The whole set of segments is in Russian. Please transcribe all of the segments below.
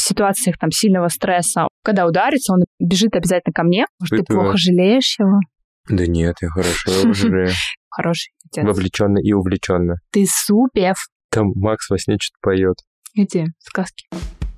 ситуациях там сильного стресса, когда ударится, он бежит обязательно ко мне. Может, ты плохо жалеешь его? Да нет, я хорошо его жалею. Хороший отец. Вовлеченно и увлеченно. Ты супер. Там Макс во сне что-то поет. Эти сказки.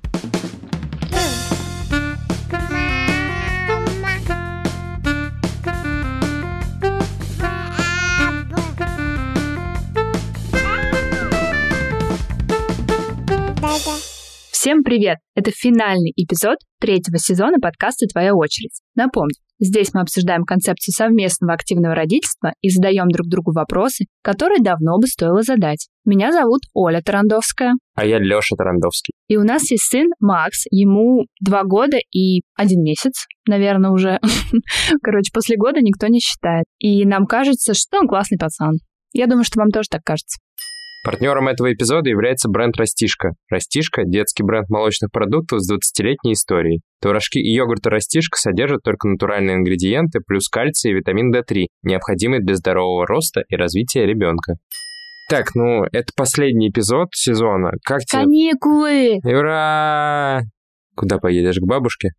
Всем привет! Это финальный эпизод 3-го сезона подкаста «Твоя очередь». Напомню, здесь мы обсуждаем концепцию совместного активного родительства и задаем друг другу вопросы, которые давно бы стоило задать. Меня зовут Оля Тарандовская. А я Лёша Тарандовский. И у нас есть сын Макс, ему 2 года и 1 месяц, наверное, уже. Короче, после года никто не считает. И нам кажется, что он классный пацан. Я думаю, что вам тоже так кажется. Партнером этого эпизода является бренд «Растишка». «Растишка» – детский бренд молочных продуктов с 20-летней историей. Творожки и йогурты «Растишка» содержат только натуральные ингредиенты, плюс кальций и витамин D3, необходимый для здорового роста и развития ребенка. Так, это последний эпизод сезона. Как тебе? Каникулы! Ура! Куда поедешь, к бабушке?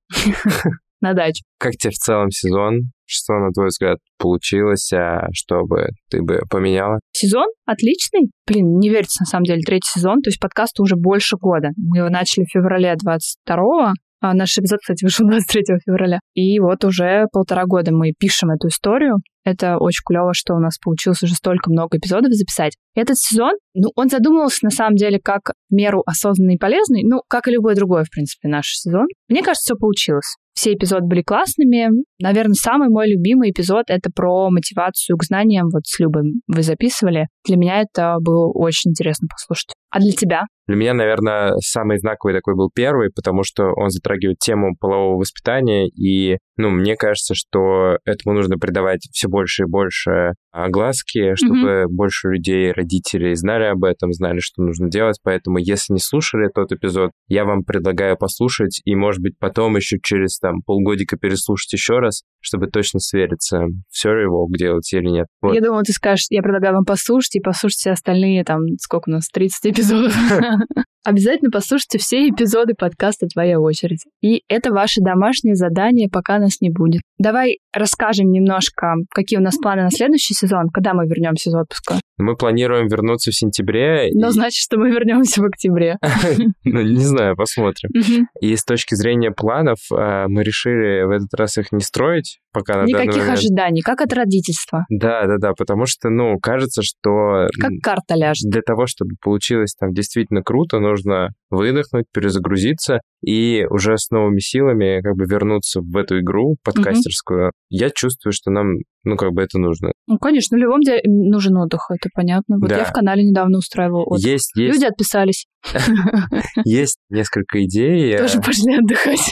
На дачу. Как тебе в целом сезон? Что, на твой взгляд, получилось, что бы ты бы поменяла? Сезон отличный. Не верится, на самом деле, 3-й сезон. То есть подкасту уже больше года. Мы его начали в феврале 22-го. Наш эпизод, кстати, вышел 23 февраля. И вот уже 1,5 года мы пишем эту историю. Это очень клево, что у нас получилось уже столько много эпизодов записать. Этот сезон, он задумывался, на самом деле, как в меру осознанный и полезный, как и любой другой, в принципе, наш сезон. Мне кажется, все получилось. Все эпизоды были классными. Наверное, самый мой любимый эпизод — это про мотивацию к знаниям. Вот с Любой вы записывали. Для меня это было очень интересно послушать. А для тебя? Для меня, наверное, самый знаковый такой был первый, потому что он затрагивает тему полового воспитания, и, мне кажется, что этому нужно придавать все больше и больше огласки, чтобы больше людей, родителей знали об этом, знали, что нужно делать. Поэтому, если не слушали тот эпизод, я вам предлагаю послушать и, может быть, потом еще через полгодика переслушать еще раз, чтобы точно свериться, все его делать или нет. Вот. Я думала, ты скажешь, я предлагаю вам послушать и послушать все остальные, сколько у нас, 30 эпизодов. Обязательно послушайте все эпизоды подкаста «Твоя очередь». И это ваше домашнее задание, пока нас не будет. Давай расскажем немножко, какие у нас планы на следующий сезон, когда мы вернемся из отпуска. Мы планируем вернуться в сентябре. Значит, что мы вернемся в октябре. Не знаю, посмотрим. И с точки зрения планов мы решили в этот раз их не строить, пока на данный момент. Никаких ожиданий, как от родительства. Да, потому что, кажется, что... Как карта ляжет. Для того, чтобы получилось действительно круто, нужно выдохнуть, перезагрузиться и уже с новыми силами вернуться в эту игру подкастерскую. Я чувствую, что нам, это нужно. Конечно, в любом деле нужен отдых, это понятно. Вот я в канале недавно устраивала отдых. Есть. Люди отписались. Есть несколько идей. Тоже пошли отдыхать.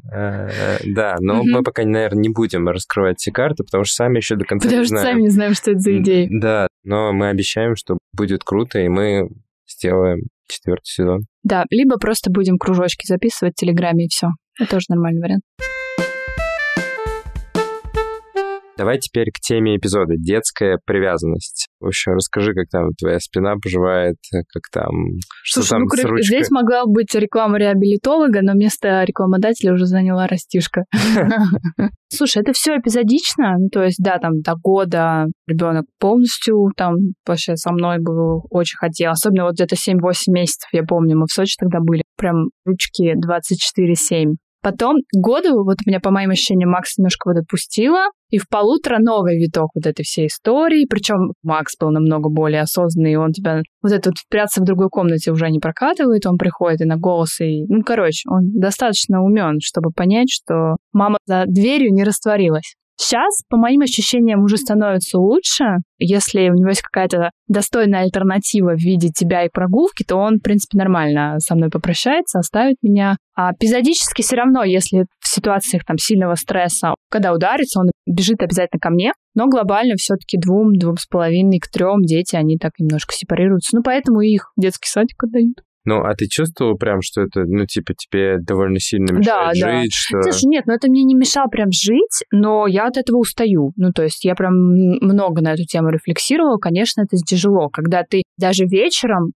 Да, но мы пока, наверное, не будем раскрывать все карты, потому что сами еще до конца не знаем. Потому что сами не знаем, что это за идеи. Да, но мы обещаем, что будет круто, и мы сделаем 4-й сезон. Да, либо просто будем кружочки записывать в Телеграме, и все. Это тоже нормальный вариант. Давай теперь к теме эпизода. Детская привязанность. В общем, расскажи, как там твоя спина поживает, как там... Слушай, что там с ручкой? Здесь могла быть реклама реабилитолога, но вместо рекламодателя уже заняла Растишка. Слушай, это все эпизодично. То есть, да, до года ребенок полностью вообще со мной был, очень хотел. Особенно вот где-то 7-8 месяцев, я помню, мы в Сочи тогда были. Прям ручки 24/7. Потом к году, вот у меня, по моим ощущениям, Макс немножко отпустила, и в 1,5 новый виток вот этой всей истории. Причем Макс был намного более осознанный, и он тебя прятаться в другой комнате уже не прокатывает, он приходит и на голос, и... он достаточно умен, чтобы понять, что мама за дверью не растворилась. Сейчас, по моим ощущениям, уже становится лучше. Если у него есть какая-то достойная альтернатива в виде тебя и прогулки, то он, в принципе, нормально со мной попрощается, оставит меня. А эпизодически все равно, если в ситуациях сильного стресса, когда ударится, он бежит обязательно ко мне. Но глобально все-таки 2,5 к 3 дети, они так немножко сепарируются. Поэтому их в детский садик отдают. А ты чувствовала прям, что это, тебе довольно сильно мешает жить? Что... Слушай, нет, это мне не мешало прям жить, но я от этого устаю. То есть я прям много на эту тему рефлексировала. Конечно, это тяжело, когда ты даже вечером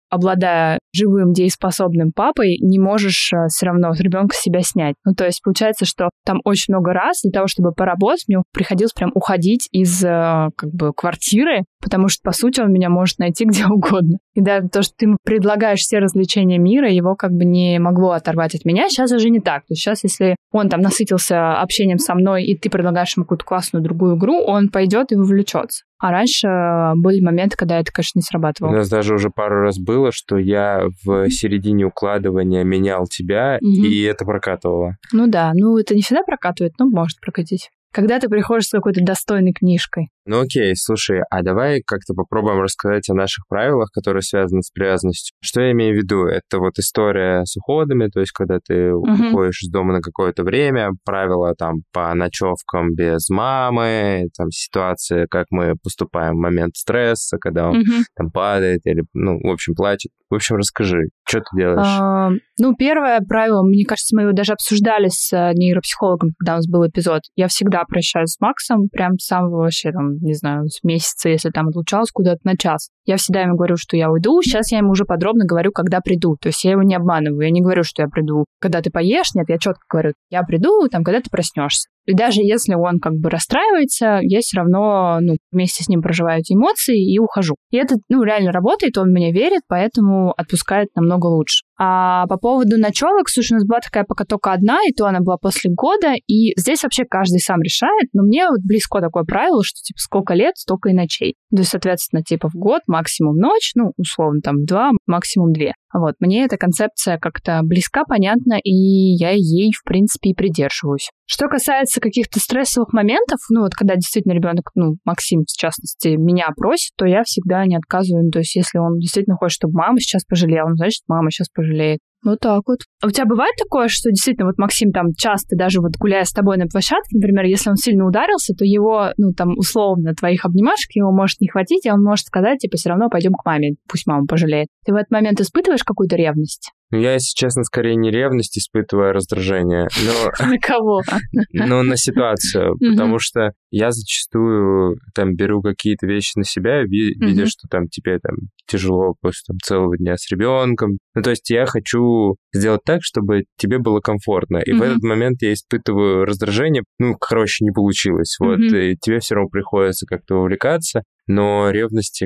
обладая живым, дееспособным папой, не можешь все равно с ребенка себя снять. Ну, то есть получается, что там очень много раз для того, чтобы поработать, мне приходилось прям уходить из как бы квартиры, потому что, по сути, он меня может найти где угодно. И даже то, что ты ему предлагаешь все развлечения мира, его как бы не могло оторвать от меня. Сейчас уже не так. То есть сейчас, если он там насытился общением со мной, и ты предлагаешь ему какую-то классную другую игру, он пойдет и вовлечется. А раньше были моменты, когда это, конечно, не срабатывало. У нас даже уже пару раз было, что я в середине укладывания менял тебя, и это прокатывало. Ну да, это не всегда прокатывает, но может прокатить. Когда ты приходишь с какой-то достойной книжкой. Ну окей, слушай, а давай как-то попробуем рассказать о наших правилах, которые связаны с привязанностью. Что я имею в виду? Это вот история с уходами, то есть когда ты уходишь из дома на какое-то время, правила там по ночевкам без мамы, там ситуация, как мы поступаем в момент стресса, когда он там падает или, в общем, плачет. В общем, расскажи, что ты делаешь? Первое правило, мне кажется, мы его даже обсуждали с нейропсихологом, когда у нас был эпизод. Я всегда прощаюсь с Максом, прям с самого вообще, не знаю, с месяца, если там отлучалась куда-то на час. Я всегда ему говорю, что я уйду. Сейчас я ему уже подробно говорю, когда приду. То есть я его не обманываю. Я не говорю, что я приду, когда ты поешь. Нет, я четко говорю, я приду, когда ты проснешься. И даже если он как бы расстраивается, я все равно, вместе с ним проживаю эти эмоции и ухожу. И это, реально работает, он мне верит, поэтому отпускает намного лучше. А по поводу ночевок, слушай, у нас была такая пока только одна, и то она была после года, и здесь вообще каждый сам решает, но мне вот близко такое правило, что, сколько лет, столько и ночей. То есть, соответственно, в год максимум ночь, условно, в 2, максимум 2. Вот, мне эта концепция как-то близка, понятна, и я ей, в принципе, и придерживаюсь. Что касается каких-то стрессовых моментов, когда действительно ребенок, Максим, в частности, меня просит, то я всегда не отказываю. То есть, если он действительно хочет, чтобы мама сейчас пожалела, значит, мама сейчас пожалеет. Вот так вот. А у тебя бывает такое, что действительно Максим там часто даже гуляя с тобой на площадке, например, если он сильно ударился, то его, условно, твоих обнимашек его может не хватить, и он может сказать, все равно пойдем к маме, пусть мама пожалеет. Ты в этот момент испытываешь какую-то ревность? Я, если честно, скорее не ревность испытываю, а раздражение. На кого? На ситуацию. Потому что я зачастую беру какие-то вещи на себя, видя, что тебе тяжело после целого дня с ребенком. То есть я хочу сделать так, чтобы тебе было комфортно. И в этот момент я испытываю раздражение. Короче, не получилось. Вот. И тебе все равно приходится как-то увлекаться. Но ревности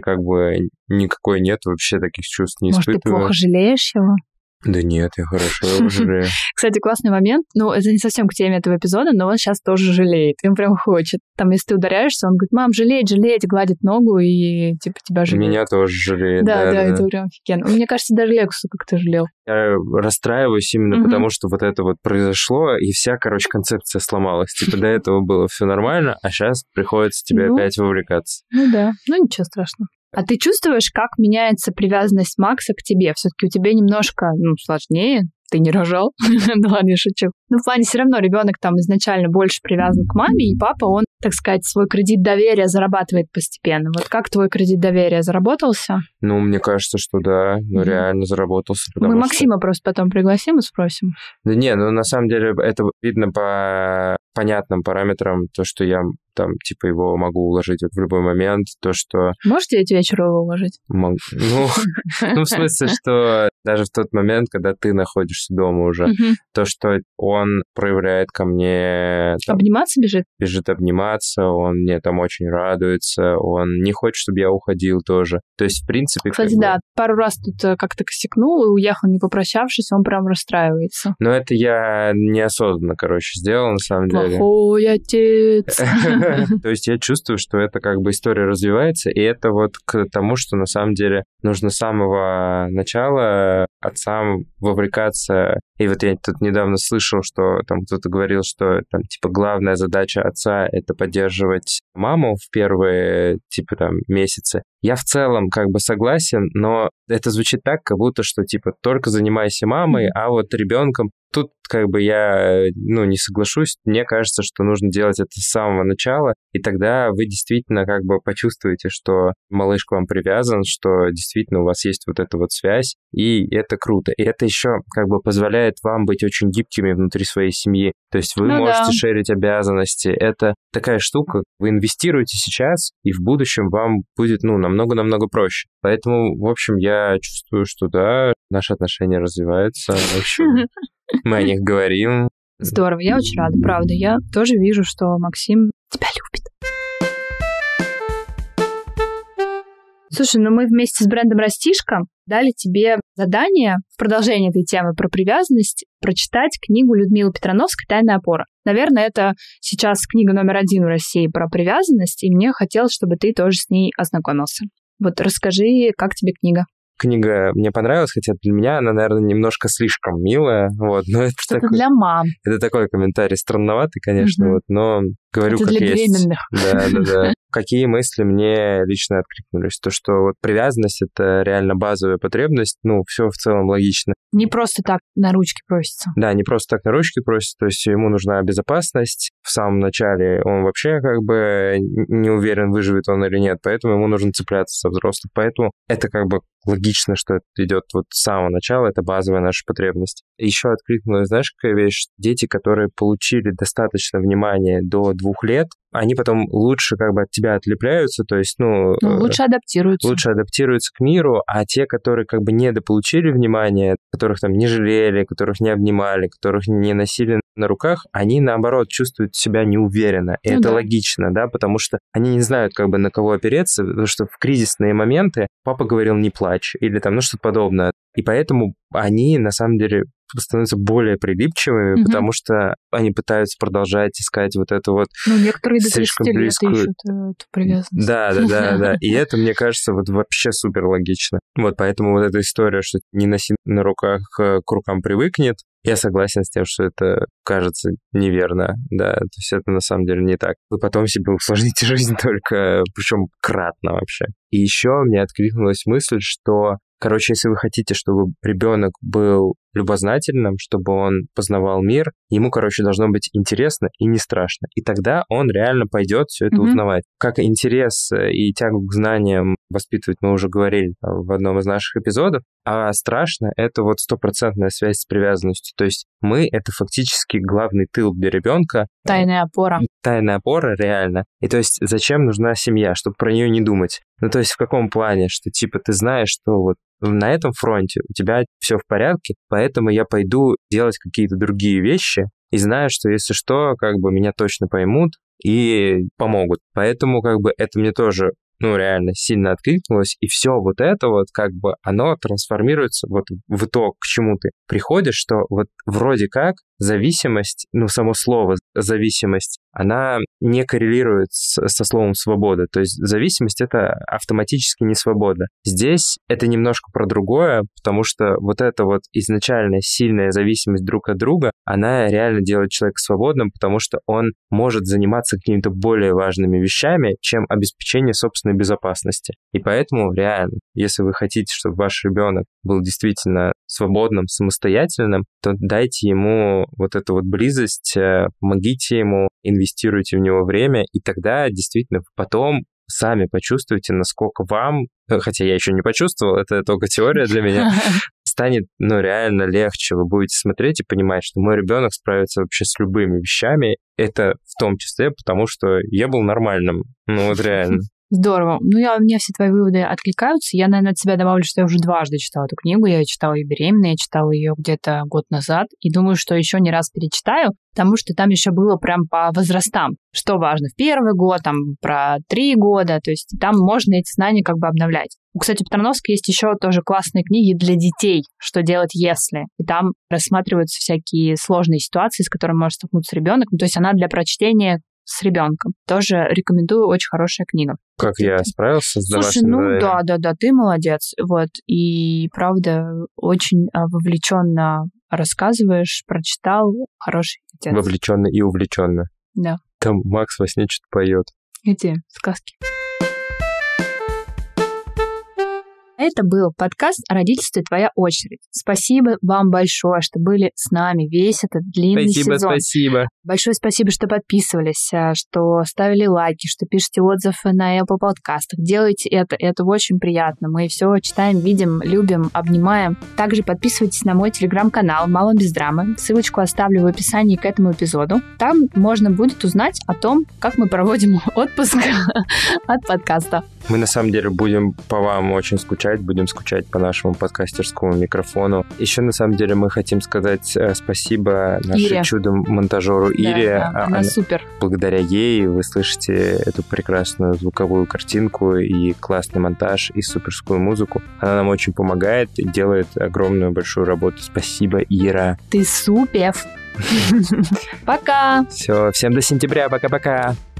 никакой нет, вообще таких чувств не испытываю. Может, ты плохо жалеешь его? Да нет, я хорошо его жалею. Кстати, классный момент. Это не совсем к теме этого эпизода, но он сейчас тоже жалеет. Он прям хочет. Если ты ударяешься, он говорит, мам, жалеет, гладит ногу и тебя жалеет. Меня тоже жалеет. Да, это прям офигенно. Мне кажется, даже Лексуса как-то жалел. Я расстраиваюсь именно потому, что это произошло, и вся, концепция сломалась. До этого было все нормально, а сейчас приходится тебе опять вовлекаться. Да, ничего страшного. А ты чувствуешь, как меняется привязанность Макса к тебе? Все-таки у тебя немножко, сложнее. Ты не рожал. Да ладно, я шучу. В плане все равно ребенок там изначально больше привязан к маме, и папа, он, так сказать, свой кредит доверия зарабатывает постепенно. Вот как твой кредит доверия заработался? Мне кажется, что да, реально заработался. Мы Максима просто потом пригласим и спросим. Да не, на самом деле это видно по понятным параметрам, то, что я его могу уложить в любой момент, то, что... Можешь 9 вечера его уложить? Могу. В смысле, что даже в тот момент, когда ты находишься дома уже, то, что он проявляет ко мне... Обниматься бежит? Бежит обниматься, он мне очень радуется, он не хочет, чтобы я уходил тоже. То есть, в принципе... Кстати, да, пару раз тут как-то косякнул и уехал, не попрощавшись, он прям расстраивается. Но это я неосознанно, сделал, на самом деле. Плохой отец. То есть я чувствую, что это история развивается, и это к тому, что на самом деле нужно с самого начала отцам вовлекаться. И я тут недавно слышал, что кто-то говорил, что главная задача отца — это поддерживать маму в первые месяцы. Я в целом согласен, но это звучит так, как будто что только занимайся мамой, а ребенком. Тут как бы я, не соглашусь. Мне кажется, что нужно делать это с самого начала, и тогда вы действительно как бы почувствуете, что малыш к вам привязан, что действительно у вас есть вот эта вот связь, и это круто. И это еще как бы позволяет вам быть очень гибкими внутри своей семьи. То есть вы можете шерить обязанности. Это такая штука, вы инвестируете сейчас, и в будущем вам будет, намного-намного проще. Поэтому, в общем, я чувствую, что да, наши отношения развиваются. В общем, мы о них говорим. Здорово, я очень рада, правда. Я тоже вижу, что Максим тебя любит. Слушай, мы вместе с брендом «Растишка» дали тебе задание в продолжение этой темы про привязанность прочитать книгу Людмилы Петрановской «Тайная опора». Наверное, это сейчас книга номер 1 в России про привязанность, и мне хотелось, чтобы ты тоже с ней ознакомился. Вот расскажи, как тебе книга? Книга мне понравилась, хотя для меня она, наверное, немножко слишком милая. Вот, но это что-то такой, для мам. Это такой комментарий странноватый, конечно, но говорю, это как для есть. Беременных. Да. Какие мысли мне лично откликнулись? То, что вот привязанность — это реально базовая потребность, все в целом логично. Не просто так на ручки просится. Да, не просто так на ручки просится, то есть ему нужна безопасность. В самом начале он вообще как бы не уверен, выживет он или нет, поэтому ему нужно цепляться со взрослых. Поэтому это как бы логично, что это идет вот с самого начала, это базовая наша потребность. Еще откликнулась, знаешь, какая вещь? Дети, которые получили достаточно внимания до 2 лет, они потом лучше как бы от тебя отлепляются, то есть, лучше адаптируются. Лучше адаптируются к миру, а те, которые как бы недополучили внимания, которых там не жалели, которых не обнимали, которых не носили на руках, они, наоборот, чувствуют себя неуверенно. И это логично, да, потому что они не знают, как бы на кого опереться, потому что в кризисные моменты папа говорил «не плачь» или там, что-то подобное. И поэтому они, на самом деле, становятся более прилипчивыми, потому что они пытаются продолжать искать вот это вот некоторые до 30 слишком лет близкую... ищут эту привязанность. Да. И это, мне кажется, вот вообще супер логично. Вот поэтому вот эта история, что не носи на руках, к рукам привыкнет, я согласен с тем, что это кажется неверно, да, то есть это на самом деле не так. Вы потом себе усложните жизнь только, причем кратно вообще. И еще мне откликнулась мысль, что, если вы хотите, чтобы ребенок был любознательным, чтобы он познавал мир, ему, должно быть интересно и не страшно. И тогда он реально пойдет все это узнавать. Как интерес и тягу к знаниям воспитывать, мы уже говорили в одном из наших эпизодов, а страшно — это вот 100% связь с привязанностью. То есть мы — это фактически главный тыл для ребенка. Тайная опора. Тайная опора, реально. И то есть зачем нужна семья, чтобы про нее не думать? То есть в каком плане? Что ты знаешь, что вот на этом фронте у тебя все в порядке, поэтому я пойду делать какие-то другие вещи и знаю, что если что, меня точно поймут и помогут. Поэтому это мне тоже реально сильно откликнулось, и все вот это вот оно трансформируется вот в итог, к чему ты приходишь, что вот вроде как зависимость, само слово зависимость, она не коррелирует со словом свобода. То есть зависимость — это автоматически не свобода. Здесь это немножко про другое, потому что вот эта вот изначальная сильная зависимость друг от друга, она реально делает человека свободным, потому что он может заниматься какими-то более важными вещами, чем обеспечение собственной безопасности. И поэтому реально, если вы хотите, чтобы ваш ребенок был действительно свободным, самостоятельным, то дайте ему вот эту вот близость, помогите ему, инвестируйте в него время, и тогда действительно потом сами почувствуете, насколько вам, хотя я еще не почувствовал, это только теория для меня, станет, реально легче. Вы будете смотреть и понимать, что мой ребенок справится вообще с любыми вещами. Это в том числе потому, что я был нормальным. Реально. Здорово. Мне все твои выводы откликаются. Я, наверное, от себя добавлю, что я уже 2 читала эту книгу. Я ее читала и беременная, я читала ее где-то год назад. И думаю, что еще не раз перечитаю, потому что там еще было прям по возрастам. Что важно, в 1-й год, там про 3 года. То есть там можно эти знания обновлять. Кстати, у Петрановской есть еще тоже классные книги для детей «Что делать, если?». И там рассматриваются всякие сложные ситуации, с которыми может столкнуться ребенок. То есть она для прочтения с ребенком. Тоже рекомендую, очень хорошая книга. Как я справился с домашним заданием? Слушай, да, ты молодец. Вот. И, правда, очень вовлеченно рассказываешь, прочитал, хороший отец. Вовлеченно и увлеченно. Да. Там Макс во сне что-то поет. Эти сказки. Это был подкаст «О родительстве. Твоя очередь». Спасибо вам большое, что были с нами весь этот длинный сезон. Спасибо. Большое спасибо, что подписывались, что ставили лайки, что пишете отзывы на Apple подкастах. Делайте это очень приятно. Мы все читаем, видим, любим, обнимаем. Также подписывайтесь на мой телеграм-канал «Мама без драмы». Ссылочку оставлю в описании к этому эпизоду. Там можно будет узнать о том, как мы проводим отпуск от подкаста. Мы, на самом деле, будем по вам очень скучать, будем скучать по нашему подкастерскому микрофону. Еще, на самом деле, мы хотим сказать спасибо нашей чудо-монтажеру Ире. Да, она супер. Благодаря ей вы слышите эту прекрасную звуковую картинку и классный монтаж, и суперскую музыку. Она нам очень помогает и делает огромную большую работу. Спасибо, Ира. Ты супер. Пока. Все, всем до сентября. Пока-пока.